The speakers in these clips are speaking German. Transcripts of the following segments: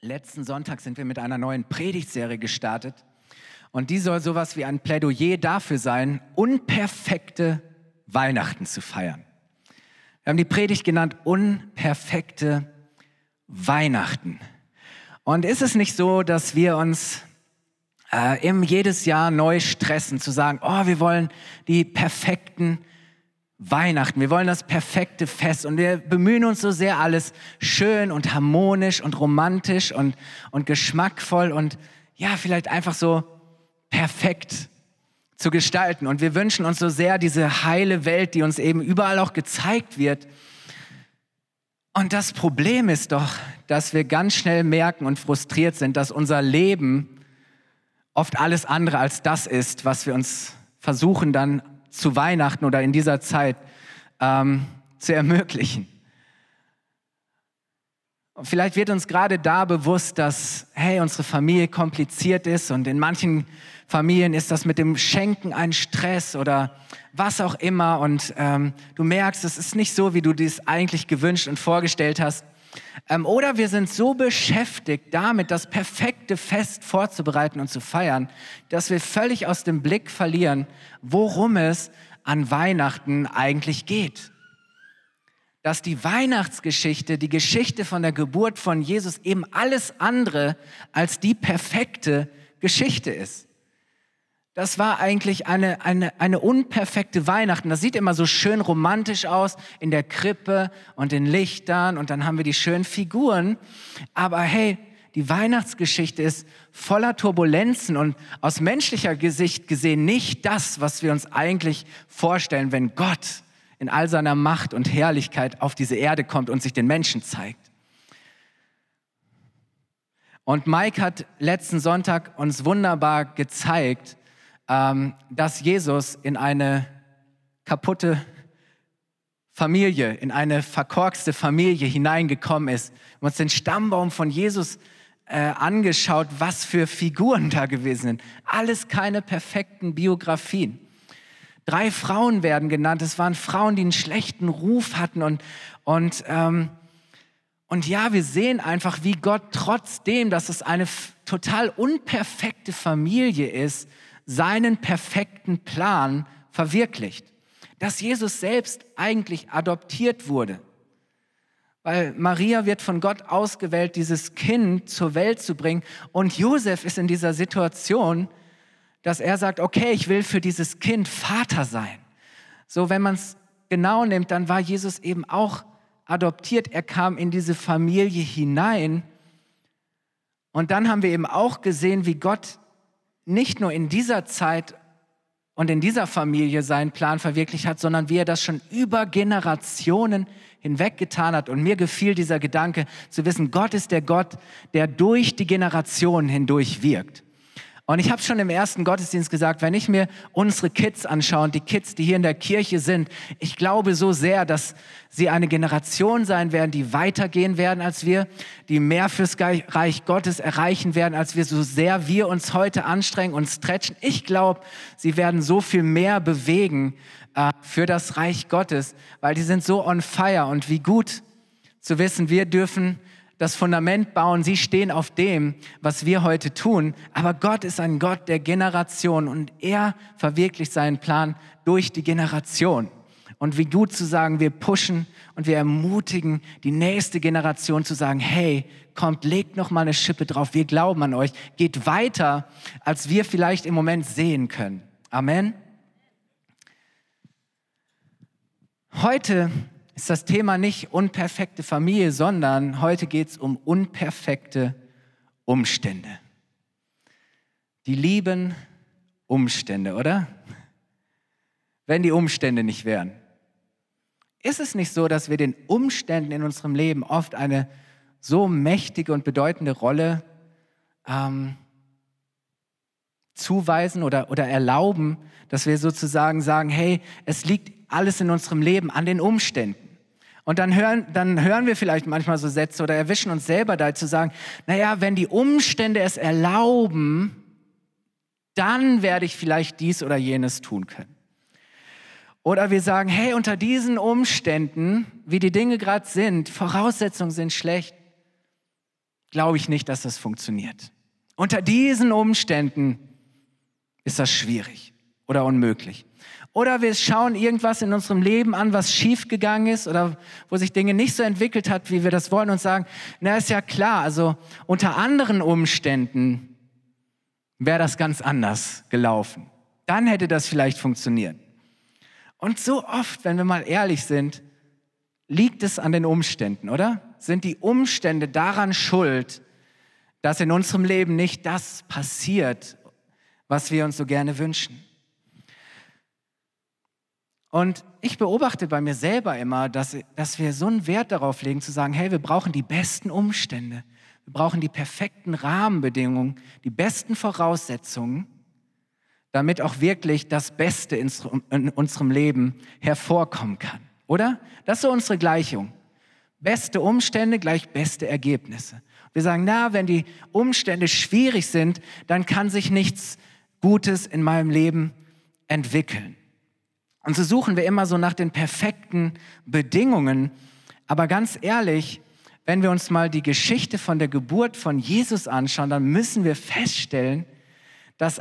Letzten Sonntag sind wir mit einer neuen Predigtserie gestartet und die soll sowas wie ein Plädoyer dafür sein, unperfekte Weihnachten zu feiern. Wir haben die Predigt genannt, unperfekte Weihnachten. Und ist es nicht so, dass wir uns jedes Jahr neu stressen, zu sagen, oh, wir wollen die perfekten Weihnachten, wir wollen das perfekte Fest und wir bemühen uns so sehr, alles schön und harmonisch und romantisch und geschmackvoll und ja, vielleicht einfach so perfekt zu gestalten. Und wir wünschen uns so sehr diese heile Welt, die uns eben überall auch gezeigt wird. Und das Problem ist doch, dass wir ganz schnell merken und frustriert sind, dass unser Leben oft alles andere als das ist, was wir uns versuchen dann zu Weihnachten oder in dieser Zeit zu ermöglichen. Und vielleicht wird uns gerade da bewusst, dass, hey, unsere Familie kompliziert ist und in manchen Familien ist das mit dem Schenken ein Stress oder was auch immer und du merkst, es ist nicht so, wie du dies eigentlich gewünscht und vorgestellt hast. Oder wir sind so beschäftigt damit, das perfekte Fest vorzubereiten und zu feiern, dass wir völlig aus dem Blick verlieren, worum es an Weihnachten eigentlich geht. Dass die Weihnachtsgeschichte, die Geschichte von der Geburt von Jesus eben alles andere als die perfekte Geschichte ist. Das war eigentlich eine unperfekte Weihnachten. Das sieht immer so schön romantisch aus in der Krippe und den Lichtern und dann haben wir die schönen Figuren. Aber hey, die Weihnachtsgeschichte ist voller Turbulenzen und aus menschlicher Sicht gesehen nicht das, was wir uns eigentlich vorstellen, wenn Gott in all seiner Macht und Herrlichkeit auf diese Erde kommt und sich den Menschen zeigt. Und Mike hat letzten Sonntag uns wunderbar gezeigt, dass Jesus in eine kaputte Familie, in eine verkorkste Familie hineingekommen ist. Wir haben uns den Stammbaum von Jesus angeschaut, was für Figuren da gewesen sind. Alles keine perfekten Biografien. 3 Frauen werden genannt. Es waren Frauen, die einen schlechten Ruf hatten und ja, wir sehen einfach, wie Gott trotzdem, dass es eine total unperfekte Familie ist, seinen perfekten Plan verwirklicht. Dass Jesus selbst eigentlich adoptiert wurde. Weil Maria wird von Gott ausgewählt, dieses Kind zur Welt zu bringen. Und Josef ist in dieser Situation, dass er sagt, okay, ich will für dieses Kind Vater sein. So, wenn man es genau nimmt, dann war Jesus eben auch adoptiert. Er kam in diese Familie hinein. Und dann haben wir eben auch gesehen, wie Gott nicht nur in dieser Zeit und in dieser Familie seinen Plan verwirklicht hat, sondern wie er das schon über Generationen hinweg getan hat. Und mir gefiel dieser Gedanke zu wissen, Gott ist der Gott, der durch die Generationen hindurch wirkt. Und ich habe schon im ersten Gottesdienst gesagt, wenn ich mir unsere Kids anschaue und die Kids, die hier in der Kirche sind, ich glaube so sehr, dass sie eine Generation sein werden, die weitergehen werden als wir, die mehr fürs Reich Gottes erreichen werden, als wir, so sehr wir uns heute anstrengen und stretchen. Ich glaube, sie werden so viel mehr bewegen für das Reich Gottes, weil die sind so on fire und wie gut zu wissen, wir dürfen das Fundament bauen, sie stehen auf dem, was wir heute tun. Aber Gott ist ein Gott der Generation und er verwirklicht seinen Plan durch die Generation. Und wie gut zu sagen, wir pushen und wir ermutigen die nächste Generation zu sagen, hey, kommt, legt noch mal eine Schippe drauf, wir glauben an euch, geht weiter, als wir vielleicht im Moment sehen können. Amen. Heute ist das Thema nicht unperfekte Familie, sondern heute geht es um unperfekte Umstände. Die lieben Umstände, oder? Wenn die Umstände nicht wären. Ist es nicht so, dass wir den Umständen in unserem Leben oft eine so mächtige und bedeutende Rolle zuweisen oder erlauben, dass wir sozusagen sagen, hey, es liegt alles in unserem Leben an den Umständen. Und dann hören wir vielleicht manchmal so Sätze oder erwischen uns selber da zu sagen, naja, wenn die Umstände es erlauben, dann werde ich vielleicht dies oder jenes tun können. Oder wir sagen, hey, unter diesen Umständen, wie die Dinge gerade sind, Voraussetzungen sind schlecht, glaube ich nicht, dass das funktioniert. Unter diesen Umständen ist das schwierig oder unmöglich. Oder wir schauen irgendwas in unserem Leben an, was schiefgegangen ist oder wo sich Dinge nicht so entwickelt hat, wie wir das wollen und sagen, na ist ja klar, also unter anderen Umständen wäre das ganz anders gelaufen. Dann hätte das vielleicht funktioniert. Und so oft, wenn wir mal ehrlich sind, liegt es an den Umständen, oder? Sind die Umstände daran schuld, dass in unserem Leben nicht das passiert, was wir uns so gerne wünschen? Und ich beobachte bei mir selber immer, dass wir so einen Wert darauf legen, zu sagen, hey, wir brauchen die besten Umstände, wir brauchen die perfekten Rahmenbedingungen, die besten Voraussetzungen, damit auch wirklich das Beste in unserem Leben hervorkommen kann, oder? Das ist so unsere Gleichung. Beste Umstände gleich beste Ergebnisse. Wir sagen, na, wenn die Umstände schwierig sind, dann kann sich nichts Gutes in meinem Leben entwickeln. Und so suchen wir immer so nach den perfekten Bedingungen. Aber ganz ehrlich, wenn wir uns mal die Geschichte von der Geburt von Jesus anschauen, dann müssen wir feststellen, dass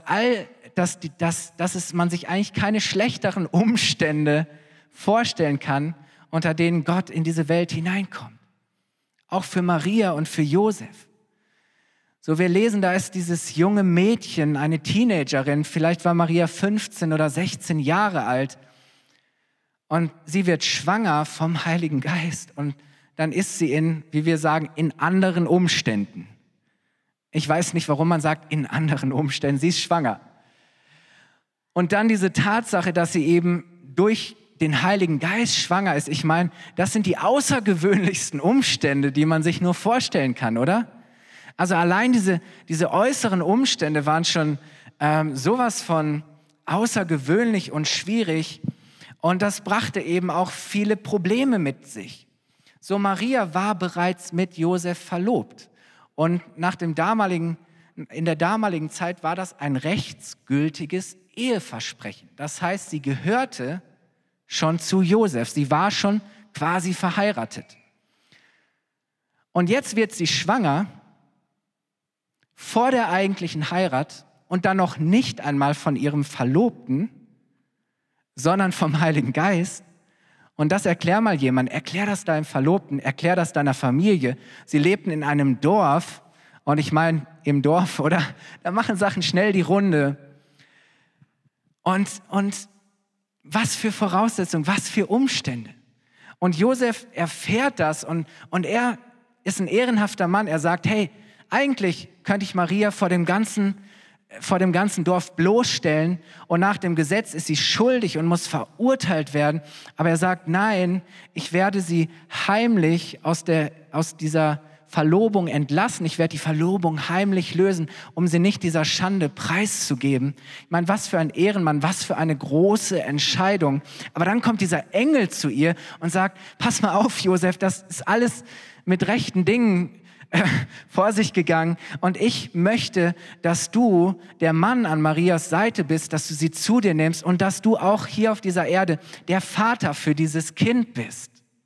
man sich eigentlich keine schlechteren Umstände vorstellen kann, unter denen Gott in diese Welt hineinkommt. Auch für Maria und für Josef. So, wir lesen, da ist dieses junge Mädchen, eine Teenagerin, vielleicht war Maria 15 oder 16 Jahre alt, und sie wird schwanger vom Heiligen Geist und dann ist sie wie wir sagen, in anderen Umständen. Ich weiß nicht, warum man sagt, in anderen Umständen, sie ist schwanger. Und dann diese Tatsache, dass sie eben durch den Heiligen Geist schwanger ist. Ich meine, das sind die außergewöhnlichsten Umstände, die man sich nur vorstellen kann, oder? Also allein diese äußeren Umstände waren schon sowas von außergewöhnlich und schwierig. Und das brachte eben auch viele Probleme mit sich. So, Maria war bereits mit Josef verlobt. Und in der damaligen Zeit war das ein rechtsgültiges Eheversprechen. Das heißt, sie gehörte schon zu Josef. Sie war schon quasi verheiratet. Und jetzt wird sie schwanger vor der eigentlichen Heirat und dann noch nicht einmal von ihrem Verlobten, sondern vom Heiligen Geist. Und das erklär mal jemand, erklär das deinem Verlobten, erklär das deiner Familie. Sie lebten in einem Dorf und ich meine, im Dorf, oder? Da machen Sachen schnell die Runde. Und was für Voraussetzungen, was für Umstände. Und Josef erfährt das und er ist ein ehrenhafter Mann. Er sagt, hey, eigentlich könnte ich Maria vor dem ganzen Dorf bloßstellen und nach dem Gesetz ist sie schuldig und muss verurteilt werden. Aber er sagt, nein, ich werde sie heimlich aus dieser Verlobung entlassen. Ich werde die Verlobung heimlich lösen, um sie nicht dieser Schande preiszugeben. Ich meine, was für ein Ehrenmann, was für eine große Entscheidung. Aber dann kommt dieser Engel zu ihr und sagt, pass mal auf, Josef, das ist alles mit rechten Dingen vor sich gegangen und ich möchte, dass du der Mann an Marias Seite bist, dass du sie zu dir nimmst und dass du auch hier auf dieser Erde der Vater für dieses Kind bist.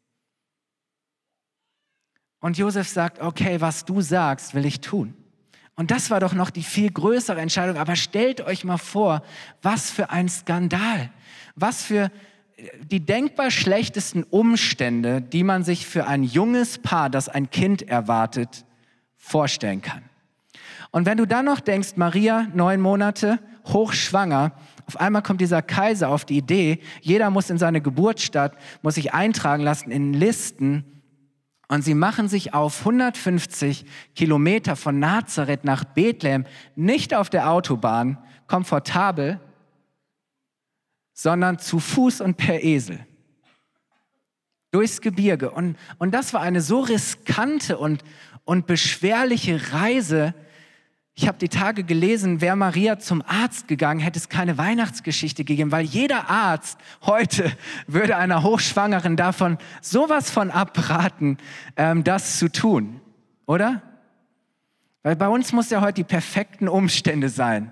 Und Josef sagt, okay, was du sagst, will ich tun. Und das war doch noch die viel größere Entscheidung. Aber stellt euch mal vor, was für ein Skandal, was für die denkbar schlechtesten Umstände, die man sich für ein junges Paar, das ein Kind erwartet, vorstellen kann. Und wenn du dann noch denkst, Maria, 9 Monate, hochschwanger, auf einmal kommt dieser Kaiser auf die Idee, jeder muss in seine Geburtsstadt, muss sich eintragen lassen in Listen und sie machen sich auf 150 Kilometer von Nazareth nach Bethlehem, nicht auf der Autobahn, komfortabel, sondern zu Fuß und per Esel. Durchs Gebirge. Und das war eine so riskante und beschwerliche Reise. Ich habe die Tage gelesen, wäre Maria zum Arzt gegangen, hätte es keine Weihnachtsgeschichte gegeben, weil jeder Arzt heute würde einer Hochschwangeren davon sowas von abraten, das zu tun, oder? Weil bei uns muss ja heute die perfekten Umstände sein.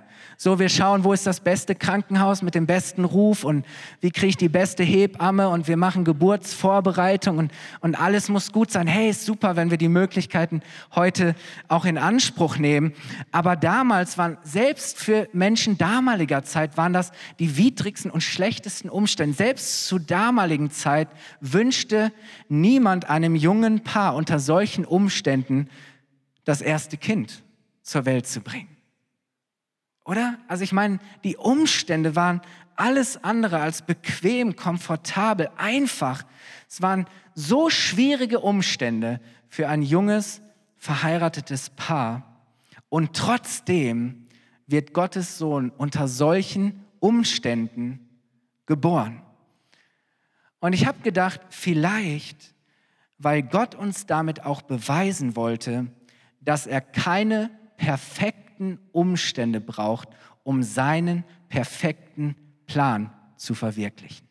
So, wir schauen, wo ist das beste Krankenhaus mit dem besten Ruf und wie kriege ich die beste Hebamme und wir machen Geburtsvorbereitung und alles muss gut sein. Hey, ist super, wenn wir die Möglichkeiten heute auch in Anspruch nehmen. Aber damals waren, selbst für Menschen damaliger Zeit, waren das die widrigsten und schlechtesten Umstände. Selbst zur damaligen Zeit wünschte niemand einem jungen Paar unter solchen Umständen das erste Kind zur Welt zu bringen. Oder? Also ich meine, die Umstände waren alles andere als bequem, komfortabel, einfach. Es waren so schwierige Umstände für ein junges, verheiratetes Paar. Und trotzdem wird Gottes Sohn unter solchen Umständen geboren. Und ich habe gedacht, vielleicht, weil Gott uns damit auch beweisen wollte, dass er keine perfekten Umstände braucht, um seinen perfekten Plan zu verwirklichen.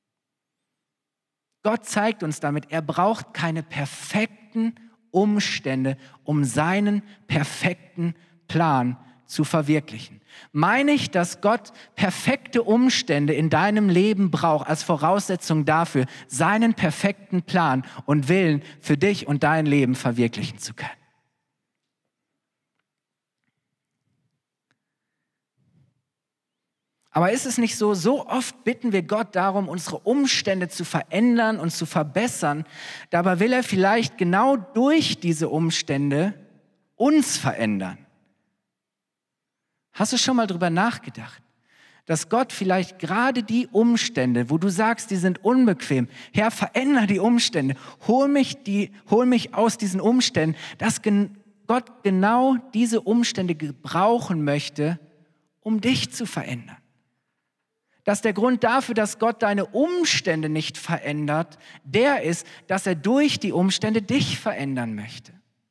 Gott zeigt uns damit, er braucht keine perfekten Umstände, um seinen perfekten Plan zu verwirklichen. Meine ich, dass Gott perfekte Umstände in deinem Leben braucht als Voraussetzung dafür, seinen perfekten Plan und Willen für dich und dein Leben verwirklichen zu können? Aber ist es nicht so, so oft bitten wir Gott darum, unsere Umstände zu verändern und zu verbessern. Dabei will er vielleicht genau durch diese Umstände uns verändern. Hast du schon mal drüber nachgedacht, dass Gott vielleicht gerade die Umstände, wo du sagst, die sind unbequem, Herr, veränder die Umstände, hol mich aus diesen Umständen, dass Gott genau diese Umstände gebrauchen möchte, um dich zu verändern. Dass der Grund dafür, dass Gott deine Umstände nicht verändert, der ist, dass er durch die Umstände dich verändern möchte.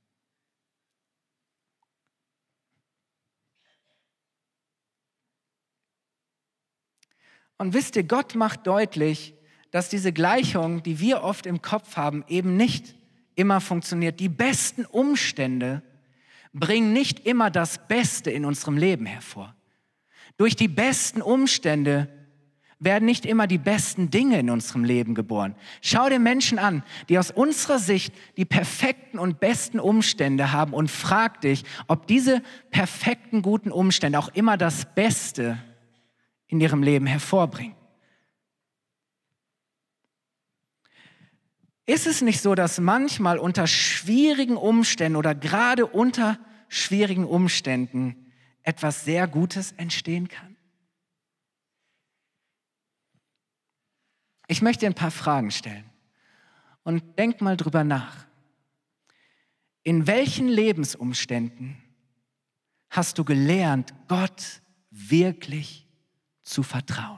Und wisst ihr, Gott macht deutlich, dass diese Gleichung, die wir oft im Kopf haben, eben nicht immer funktioniert. Die besten Umstände bringen nicht immer das Beste in unserem Leben hervor. Durch die besten Umstände werden nicht immer die besten Dinge in unserem Leben geboren. Schau dir Menschen an, die aus unserer Sicht die perfekten und besten Umstände haben und frag dich, ob diese perfekten, guten Umstände auch immer das Beste in ihrem Leben hervorbringen. Ist es nicht so, dass manchmal unter schwierigen Umständen oder gerade unter schwierigen Umständen etwas sehr Gutes entstehen kann? Ich möchte dir ein paar Fragen stellen und denk mal drüber nach. In welchen Lebensumständen hast du gelernt, Gott wirklich zu vertrauen?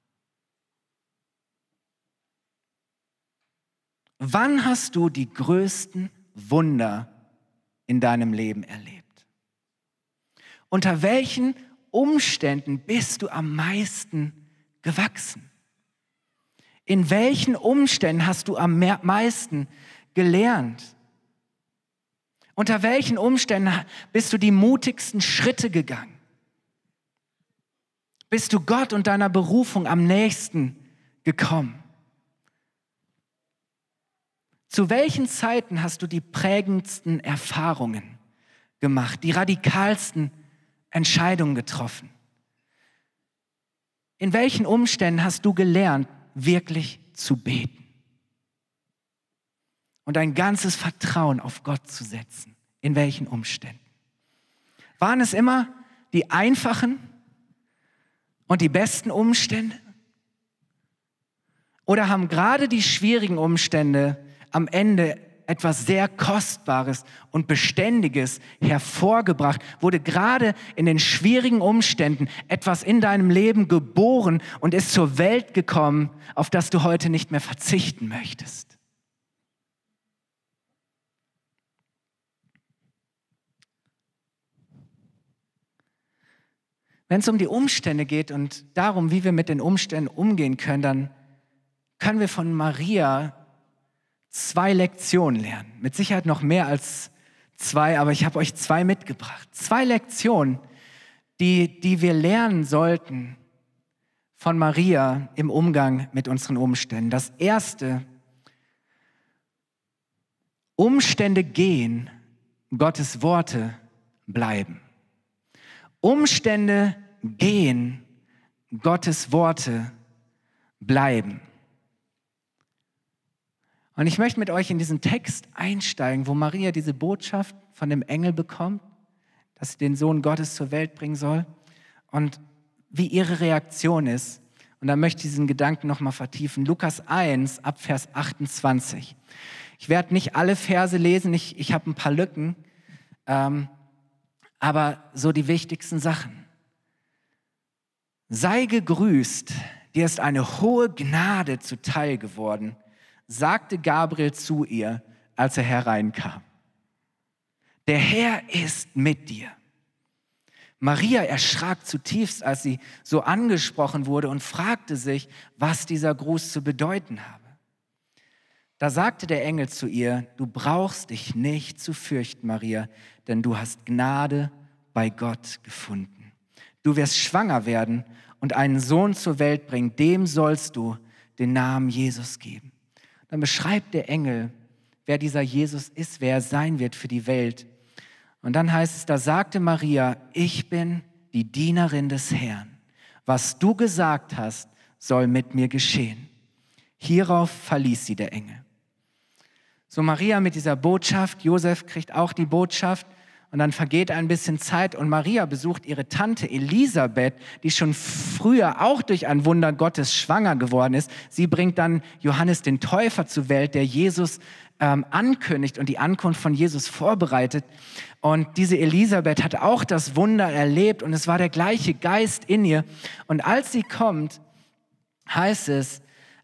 Wann hast du die größten Wunder in deinem Leben erlebt? Unter welchen Umständen bist du am meisten gewachsen? In welchen Umständen hast du am meisten gelernt? Unter welchen Umständen bist du die mutigsten Schritte gegangen? Bist du Gott und deiner Berufung am nächsten gekommen? Zu welchen Zeiten hast du die prägendsten Erfahrungen gemacht, die radikalsten Entscheidungen getroffen? In welchen Umständen hast du gelernt, wirklich zu beten und ein ganzes Vertrauen auf Gott zu setzen? In welchen Umständen? Waren es immer die einfachen und die besten Umstände? Oder haben gerade die schwierigen Umstände am Ende etwas sehr Kostbares und Beständiges hervorgebracht? Wurde gerade in den schwierigen Umständen etwas in deinem Leben geboren und ist zur Welt gekommen, auf das du heute nicht mehr verzichten möchtest? Wenn es um die Umstände geht und darum, wie wir mit den Umständen umgehen können, dann können wir von Maria 2 Lektionen lernen. Mit Sicherheit noch mehr als 2, aber ich habe euch 2 mitgebracht. 2 Lektionen, die wir lernen sollten von Maria im Umgang mit unseren Umständen. Das Erste: Umstände gehen, Gottes Worte bleiben. Umstände gehen, Gottes Worte bleiben. Und ich möchte mit euch in diesen Text einsteigen, wo Maria diese Botschaft von dem Engel bekommt, dass sie den Sohn Gottes zur Welt bringen soll und wie ihre Reaktion ist. Und da möchte ich diesen Gedanken nochmal vertiefen. Lukas 1 ab Vers 28. Ich werde nicht alle Verse lesen, ich habe ein paar Lücken, aber so die wichtigsten Sachen. Sei gegrüßt, dir ist eine hohe Gnade zuteil geworden, sagte Gabriel zu ihr, als er hereinkam. Der Herr ist mit dir. Maria erschrak zutiefst, als sie so angesprochen wurde und fragte sich, was dieser Gruß zu bedeuten habe. Da sagte der Engel zu ihr: Du brauchst dich nicht zu fürchten, Maria, denn du hast Gnade bei Gott gefunden. Du wirst schwanger werden und einen Sohn zur Welt bringen, dem sollst du den Namen Jesus geben. Dann beschreibt der Engel, wer dieser Jesus ist, wer er sein wird für die Welt. Und dann heißt es, da sagte Maria: Ich bin die Dienerin des Herrn. Was du gesagt hast, soll mit mir geschehen. Hierauf verließ sie der Engel. So Maria mit dieser Botschaft, Josef kriegt auch die Botschaft und dann vergeht ein bisschen Zeit und Maria besucht ihre Tante Elisabeth, die schon früher auch durch ein Wunder Gottes schwanger geworden ist. Sie bringt dann Johannes den Täufer zur Welt, der Jesus ankündigt und die Ankunft von Jesus vorbereitet. Und diese Elisabeth hat auch das Wunder erlebt und es war der gleiche Geist in ihr. Und als sie kommt, heißt es,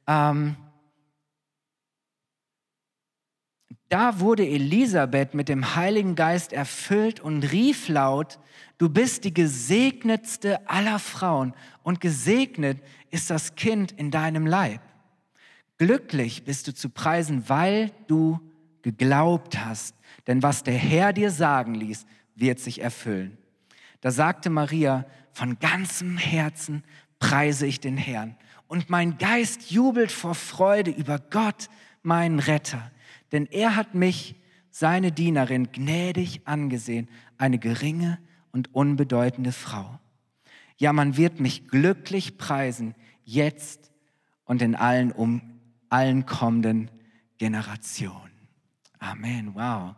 da wurde Elisabeth mit dem Heiligen Geist erfüllt und rief laut: Du bist die gesegnetste aller Frauen und gesegnet ist das Kind in deinem Leib. Glücklich bist du zu preisen, weil du geglaubt hast, denn was der Herr dir sagen ließ, wird sich erfüllen. Da sagte Maria: Von ganzem Herzen preise ich den Herrn und mein Geist jubelt vor Freude über Gott, meinen Retter. Denn er hat mich, seine Dienerin, gnädig angesehen, eine geringe und unbedeutende Frau. Ja, man wird mich glücklich preisen, jetzt und in allen kommenden Generationen. Amen, wow.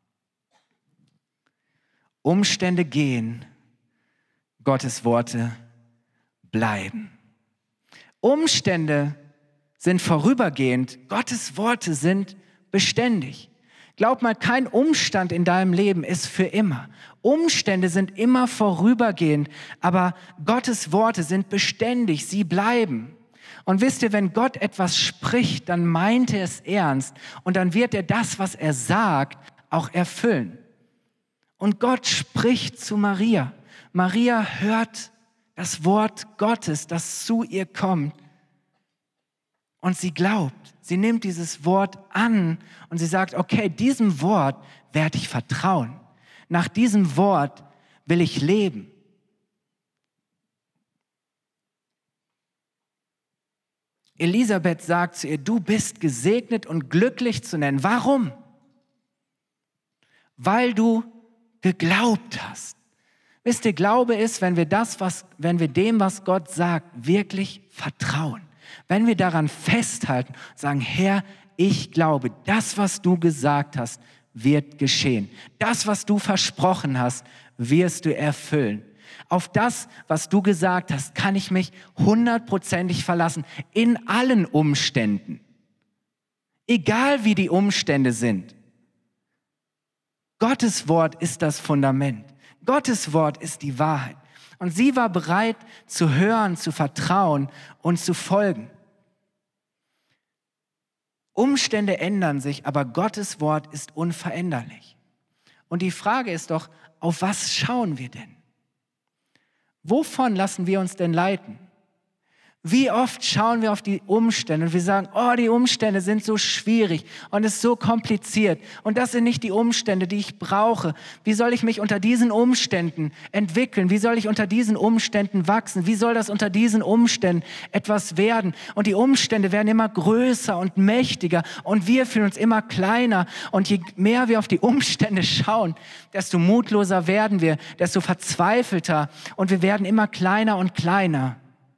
Umstände gehen, Gottes Worte bleiben. Umstände sind vorübergehend, Gottes Worte sind beständig. Glaub mal, kein Umstand in deinem Leben ist für immer. Umstände sind immer vorübergehend, aber Gottes Worte sind beständig, sie bleiben. Und wisst ihr, wenn Gott etwas spricht, dann meint er es ernst und dann wird er das, was er sagt, auch erfüllen. Und Gott spricht zu Maria. Maria hört das Wort Gottes, das zu ihr kommt. Und sie glaubt, sie nimmt dieses Wort an und sie sagt, okay, diesem Wort werde ich vertrauen. Nach diesem Wort will ich leben. Elisabeth sagt zu ihr, du bist gesegnet und glücklich zu nennen. Warum? Weil du geglaubt hast. Wisst ihr, Glaube ist, wenn wir dem, was Gott sagt, wirklich vertrauen. Wenn wir daran festhalten und sagen, Herr, ich glaube, das, was du gesagt hast, wird geschehen. Das, was du versprochen hast, wirst du erfüllen. Auf das, was du gesagt hast, kann ich mich 100%ig verlassen. In allen Umständen. Egal wie die Umstände sind. Gottes Wort ist das Fundament. Gottes Wort ist die Wahrheit. Und sie war bereit zu hören, zu vertrauen und zu folgen. Umstände ändern sich, aber Gottes Wort ist unveränderlich. Und die Frage ist doch, auf was schauen wir denn? Wovon lassen wir uns denn leiten? Wie oft schauen wir auf die Umstände und wir sagen, oh, die Umstände sind so schwierig und es ist so kompliziert und das sind nicht die Umstände, die ich brauche. Wie soll ich mich unter diesen Umständen entwickeln? Wie soll ich unter diesen Umständen wachsen? Wie soll das unter diesen Umständen etwas werden? Und die Umstände werden immer größer und mächtiger und wir fühlen uns immer kleiner. Und je mehr wir auf die Umstände schauen, desto mutloser werden wir, desto verzweifelter und wir werden immer kleiner und kleiner.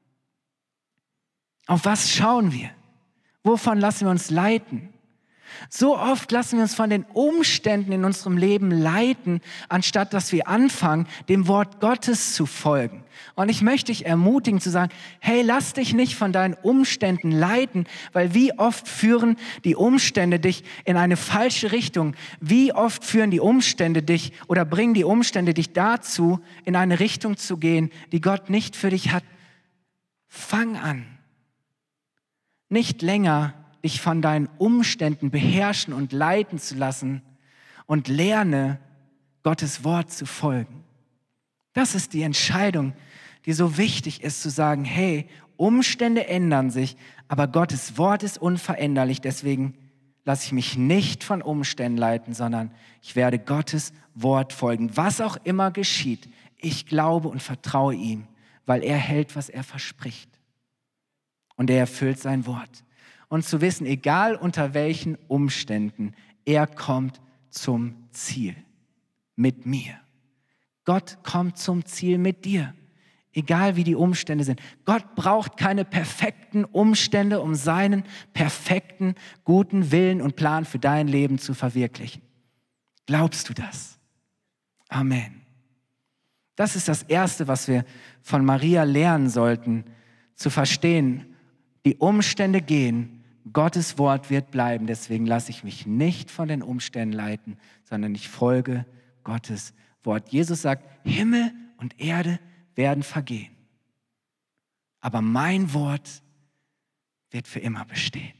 Auf was schauen wir? Wovon lassen wir uns leiten? So oft lassen wir uns von den Umständen in unserem Leben leiten, anstatt dass wir anfangen, dem Wort Gottes zu folgen. Und ich möchte dich ermutigen zu sagen, hey, lass dich nicht von deinen Umständen leiten, weil wie oft führen die Umstände dich in eine falsche Richtung? Wie oft führen die Umstände dich oder bringen die Umstände dich dazu, in eine Richtung zu gehen, die Gott nicht für dich hat? Fang an. Nicht länger dich von deinen Umständen beherrschen und leiten zu lassen und lerne, Gottes Wort zu folgen. Das ist die Entscheidung, die so wichtig ist, zu sagen, hey, Umstände ändern sich, aber Gottes Wort ist unveränderlich, deswegen lasse ich mich nicht von Umständen leiten, sondern ich werde Gottes Wort folgen. Was auch immer geschieht, ich glaube und vertraue ihm, weil er hält, was er verspricht. Und er erfüllt sein Wort. Und zu wissen, egal unter welchen Umständen, er kommt zum Ziel mit mir. Gott kommt zum Ziel mit dir, egal wie die Umstände sind. Gott braucht keine perfekten Umstände, um seinen perfekten, guten Willen und Plan für dein Leben zu verwirklichen. Glaubst du das? Amen. Das ist das Erste, was wir von Maria lernen sollten, zu verstehen. Die Umstände gehen, Gottes Wort wird bleiben. Deswegen lasse ich mich nicht von den Umständen leiten, sondern ich folge Gottes Wort. Jesus sagt, Himmel und Erde werden vergehen. Aber mein Wort wird für immer bestehen.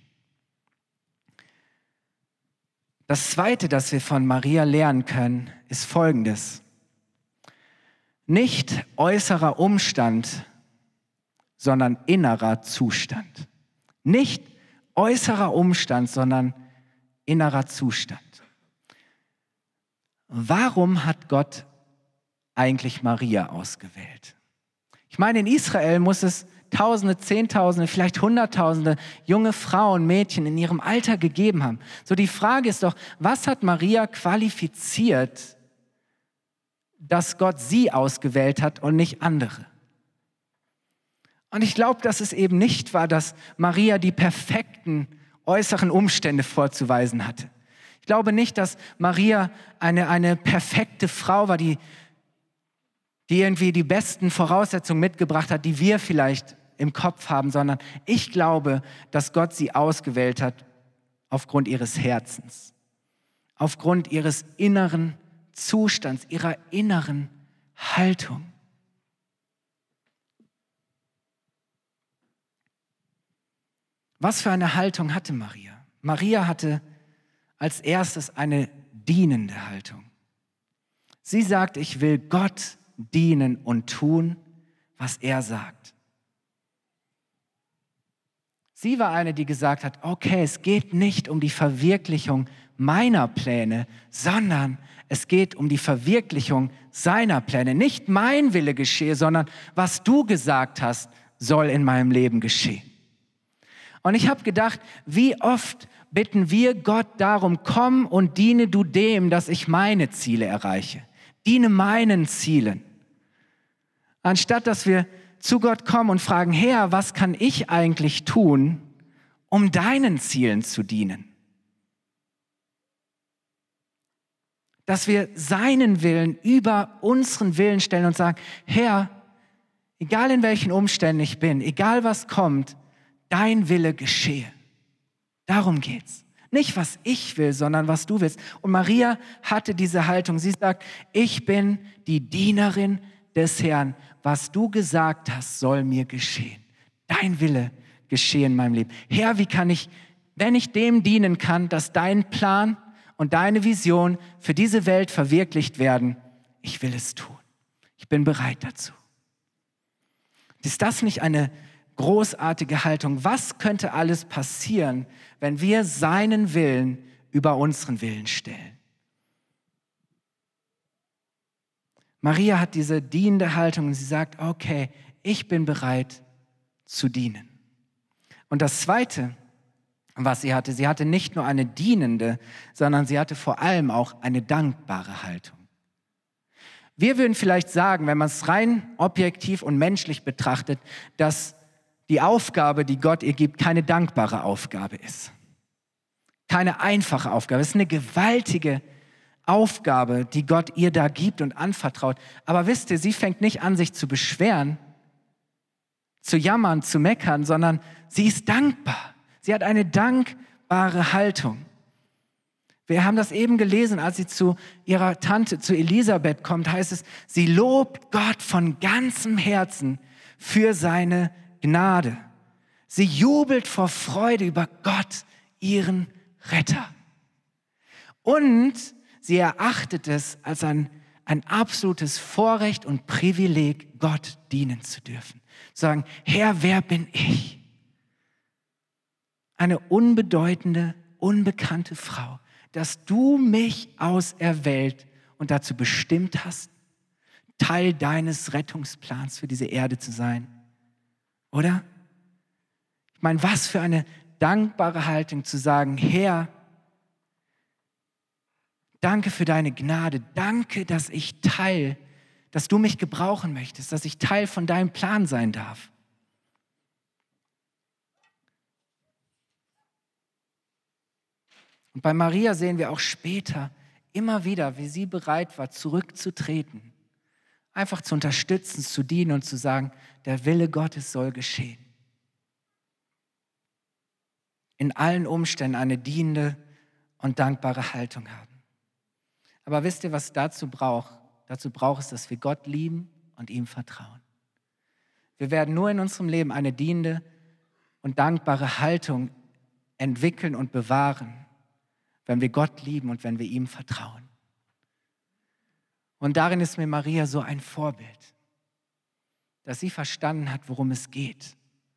Das Zweite, das wir von Maria lernen können, ist Folgendes. Nicht äußerer Umstand, sondern innerer Zustand. Nicht äußerer Umstand, sondern innerer Zustand. Warum hat Gott eigentlich Maria ausgewählt? Ich meine, in Israel muss es Tausende, Zehntausende, vielleicht Hunderttausende junge Frauen, Mädchen in ihrem Alter gegeben haben. So die Frage ist doch, was hat Maria qualifiziert, dass Gott sie ausgewählt hat und nicht andere? Und ich glaube, dass es eben nicht war, dass Maria die perfekten äußeren Umstände vorzuweisen hatte. Ich glaube nicht, dass Maria eine perfekte Frau war, die irgendwie die besten Voraussetzungen mitgebracht hat, die wir vielleicht im Kopf haben, sondern ich glaube, dass Gott sie ausgewählt hat aufgrund ihres Herzens, aufgrund ihres inneren Zustands, ihrer inneren Haltung. Was für eine Haltung hatte Maria? Maria hatte als erstes eine dienende Haltung. Sie sagt, ich will Gott dienen und tun, was er sagt. Sie war eine, die gesagt hat, okay, es geht nicht um die Verwirklichung meiner Pläne, sondern es geht um die Verwirklichung seiner Pläne. Nicht mein Wille geschehe, sondern was du gesagt hast, soll in meinem Leben geschehen. Und ich habe gedacht, wie oft bitten wir Gott darum, komm und diene du dem, dass ich meine Ziele erreiche. Diene meinen Zielen. Anstatt dass wir zu Gott kommen und fragen, Herr, was kann ich eigentlich tun, um deinen Zielen zu dienen? Dass wir seinen Willen über unseren Willen stellen und sagen, Herr, egal in welchen Umständen ich bin, egal was kommt, dein Wille geschehe. Darum geht's. Nicht, was ich will, sondern was du willst. Und Maria hatte diese Haltung. Sie sagt, ich bin die Dienerin des Herrn. Was du gesagt hast, soll mir geschehen. Dein Wille geschehe in meinem Leben. Herr, wie kann ich, wenn ich dem dienen kann, dass dein Plan und deine Vision für diese Welt verwirklicht werden, ich will es tun. Ich bin bereit dazu. Ist das nicht eine großartige Haltung. Was könnte alles passieren, wenn wir seinen Willen über unseren Willen stellen? Maria hat diese dienende Haltung und sie sagt, okay, ich bin bereit zu dienen. Und das Zweite, was sie hatte nicht nur eine dienende, sondern sie hatte vor allem auch eine dankbare Haltung. Wir würden vielleicht sagen, wenn man es rein objektiv und menschlich betrachtet, dass die Aufgabe, die Gott ihr gibt, keine dankbare Aufgabe ist. Keine einfache Aufgabe. Es ist eine gewaltige Aufgabe, die Gott ihr da gibt und anvertraut. Aber wisst ihr, sie fängt nicht an, sich zu beschweren, zu jammern, zu meckern, sondern sie ist dankbar. Sie hat eine dankbare Haltung. Wir haben das eben gelesen, als sie zu ihrer Tante, zu Elisabeth kommt, heißt es, sie lobt Gott von ganzem Herzen für seine Gnade. Sie jubelt vor Freude über Gott, ihren Retter. Und sie erachtet es als ein absolutes Vorrecht und Privileg, Gott dienen zu dürfen. Zu sagen, Herr, wer bin ich? Eine unbedeutende, unbekannte Frau, dass du mich auserwählt und dazu bestimmt hast, Teil deines Rettungsplans für diese Erde zu sein. Oder? Ich meine, was für eine dankbare Haltung zu sagen, Herr, danke für deine Gnade, danke, dass du mich gebrauchen möchtest, dass ich Teil von deinem Plan sein darf. Und bei Maria sehen wir auch später immer wieder, wie sie bereit war, zurückzutreten, einfach zu unterstützen, zu dienen und zu sagen, der Wille Gottes soll geschehen. In allen Umständen eine dienende und dankbare Haltung haben. Aber wisst ihr, was dazu braucht? Dazu braucht es, dass wir Gott lieben und ihm vertrauen. Wir werden nur in unserem Leben eine dienende und dankbare Haltung entwickeln und bewahren, wenn wir Gott lieben und wenn wir ihm vertrauen. Und darin ist mir Maria so ein Vorbild, dass sie verstanden hat, worum es geht.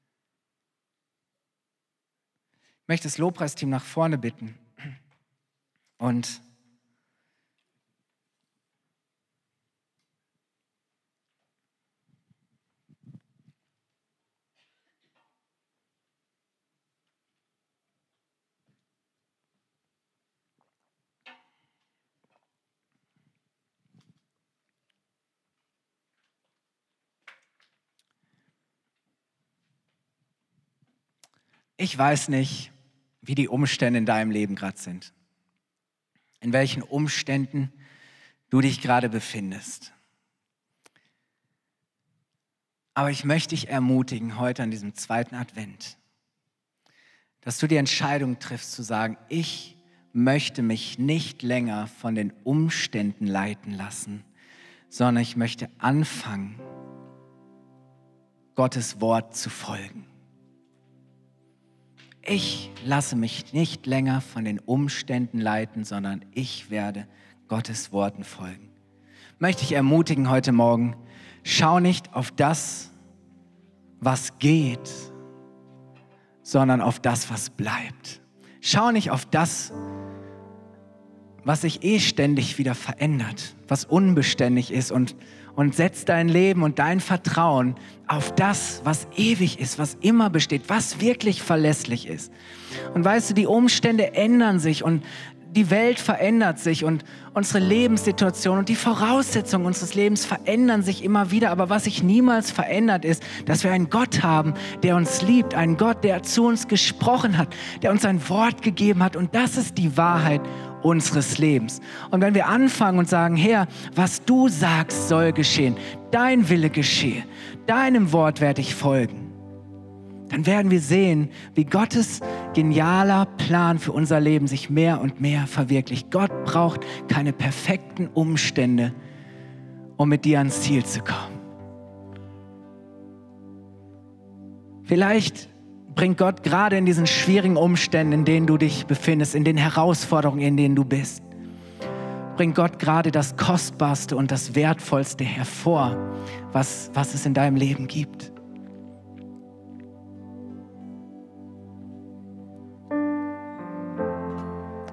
Ich möchte das Lobpreisteam nach vorne bitten und ich weiß nicht, wie die Umstände in deinem Leben gerade sind. In welchen Umständen du dich gerade befindest. Aber ich möchte dich ermutigen, heute an diesem zweiten Advent, dass du die Entscheidung triffst zu sagen, ich möchte mich nicht länger von den Umständen leiten lassen, sondern ich möchte anfangen, Gottes Wort zu folgen. Ich lasse mich nicht länger von den Umständen leiten, sondern ich werde Gottes Worten folgen. Möchte ich ermutigen heute Morgen, schau nicht auf das, was geht, sondern auf das, was bleibt. Schau nicht auf das, was sich ständig wieder verändert, was unbeständig ist und setz dein Leben und dein Vertrauen auf das, was ewig ist, was immer besteht, was wirklich verlässlich ist. Und weißt du, die Umstände ändern sich und die Welt verändert sich und unsere Lebenssituation und die Voraussetzungen unseres Lebens verändern sich immer wieder. Aber was sich niemals verändert ist, dass wir einen Gott haben, der uns liebt, einen Gott, der zu uns gesprochen hat, der uns ein Wort gegeben hat. Und das ist die Wahrheit unseres Lebens. Und wenn wir anfangen und sagen, Herr, was du sagst, soll geschehen, dein Wille geschehe, deinem Wort werde ich folgen, dann werden wir sehen, wie Gottes genialer Plan für unser Leben sich mehr und mehr verwirklicht. Gott braucht keine perfekten Umstände, um mit dir ans Ziel zu kommen. Vielleicht bringt Gott gerade in diesen schwierigen Umständen, in denen du dich befindest, in den Herausforderungen, in denen du bist, bringt Gott gerade das Kostbarste und das Wertvollste hervor, was es in deinem Leben gibt.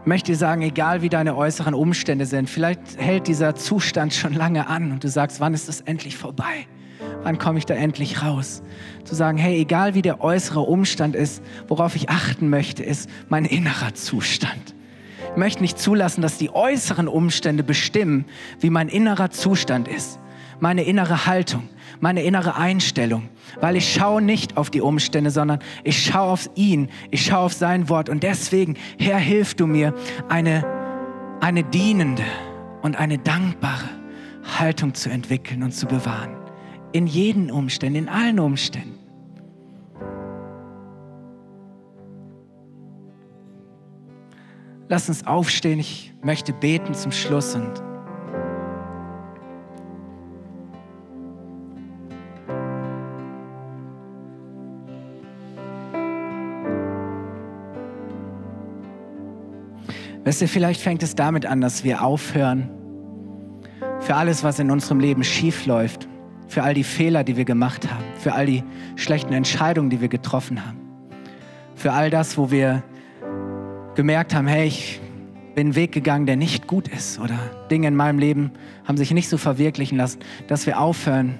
Ich möchte dir sagen, egal wie deine äußeren Umstände sind, vielleicht hält dieser Zustand schon lange an und du sagst, wann ist das endlich vorbei? Wann komme ich da endlich raus? Zu sagen, hey, egal wie der äußere Umstand ist, worauf ich achten möchte, ist mein innerer Zustand. Ich möchte nicht zulassen, dass die äußeren Umstände bestimmen, wie mein innerer Zustand ist. Meine innere Haltung, meine innere Einstellung. Weil ich schaue nicht auf die Umstände, sondern ich schaue auf ihn, ich schaue auf sein Wort. Und deswegen, Herr, hilf du mir, eine dienende und eine dankbare Haltung zu entwickeln und zu bewahren. In jeden Umständen, in allen Umständen. Lass uns aufstehen, ich möchte beten zum Schluss und wisst ihr, vielleicht fängt es damit an, dass wir aufhören, für alles, was in unserem Leben schief läuft, für all die Fehler, die wir gemacht haben, für all die schlechten Entscheidungen, die wir getroffen haben, für all das, wo wir gemerkt haben, hey, ich bin einen Weg gegangen, der nicht gut ist oder Dinge in meinem Leben haben sich nicht so verwirklichen lassen, dass wir aufhören,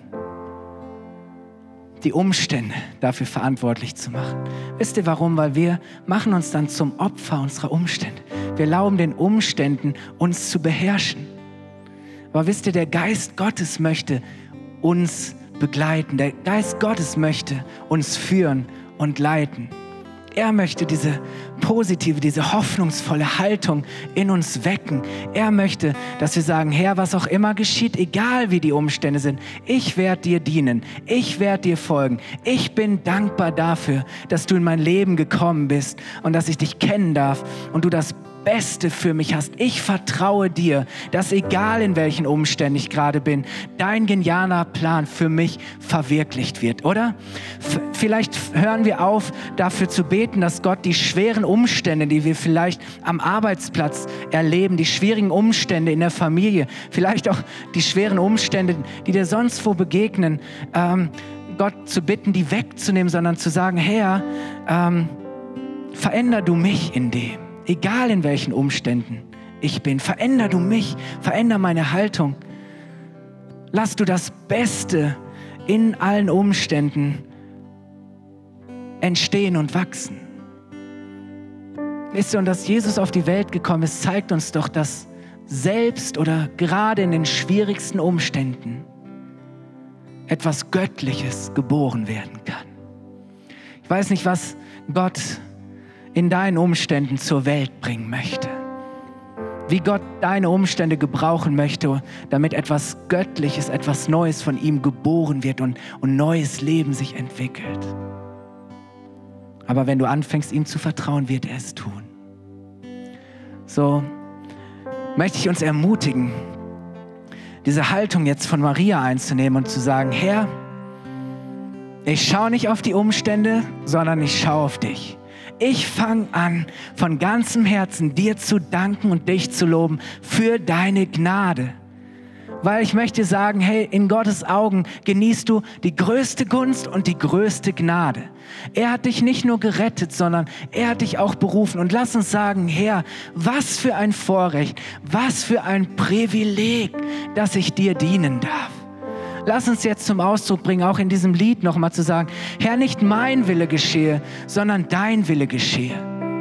die Umstände dafür verantwortlich zu machen. Wisst ihr warum? Weil wir machen uns dann zum Opfer unserer Umstände. Wir erlauben den Umständen, uns zu beherrschen. Aber wisst ihr, der Geist Gottes möchte uns begleiten. Der Geist Gottes möchte uns führen und leiten. Er möchte diese positive, diese hoffnungsvolle Haltung in uns wecken. Er möchte, dass wir sagen, Herr, was auch immer geschieht, egal wie die Umstände sind, ich werde dir dienen, ich werde dir folgen. Ich bin dankbar dafür, dass du in mein Leben gekommen bist und dass ich dich kennen darf und du das Beste für mich hast. Ich vertraue dir, dass egal in welchen Umständen ich gerade bin, dein genialer Plan für mich verwirklicht wird, oder? Vielleicht hören wir auf, dafür zu beten, dass Gott die schweren Umstände, die wir vielleicht am Arbeitsplatz erleben, die schwierigen Umstände in der Familie, vielleicht auch die schweren Umstände, die dir sonst wo begegnen, Gott zu bitten, die wegzunehmen, sondern zu sagen, Herr, veränder du mich in dem. Egal in welchen Umständen ich bin, veränder du mich, veränder meine Haltung. Lass du das Beste in allen Umständen entstehen und wachsen. Wisst ihr, und dass Jesus auf die Welt gekommen ist, zeigt uns doch, dass selbst oder gerade in den schwierigsten Umständen etwas Göttliches geboren werden kann. Ich weiß nicht, was Gott in deinen Umständen zur Welt bringen möchte. Wie Gott deine Umstände gebrauchen möchte, damit etwas Göttliches, etwas Neues von ihm geboren wird und neues Leben sich entwickelt. Aber wenn du anfängst, ihm zu vertrauen, wird er es tun. So möchte ich uns ermutigen, diese Haltung jetzt von Maria einzunehmen und zu sagen, Herr, ich schaue nicht auf die Umstände, sondern ich schaue auf dich. Ich fange an, von ganzem Herzen dir zu danken und dich zu loben für deine Gnade. Weil ich möchte sagen, hey, in Gottes Augen genießt du die größte Gunst und die größte Gnade. Er hat dich nicht nur gerettet, sondern er hat dich auch berufen. Und lass uns sagen, Herr, was für ein Vorrecht, was für ein Privileg, dass ich dir dienen darf. Lass uns jetzt zum Ausdruck bringen, auch in diesem Lied nochmal zu sagen, Herr, nicht mein Wille geschehe, sondern dein Wille geschehe.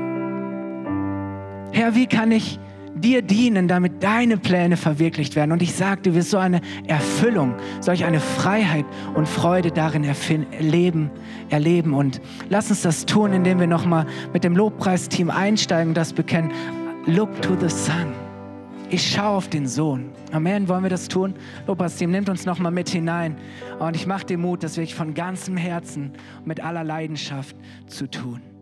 Herr, wie kann ich dir dienen, damit deine Pläne verwirklicht werden? Und ich sage, du wirst so eine Erfüllung, solch eine Freiheit und Freude darin erleben. Und lass uns das tun, indem wir nochmal mit dem Lobpreisteam einsteigen und das bekennen. Look to the Son. Ich schaue auf den Sohn. Amen. Wollen wir das tun? Lobpreisteam, nimmt uns nochmal mit hinein. Und ich mache dir Mut, das wirklich von ganzem Herzen und mit aller Leidenschaft zu tun.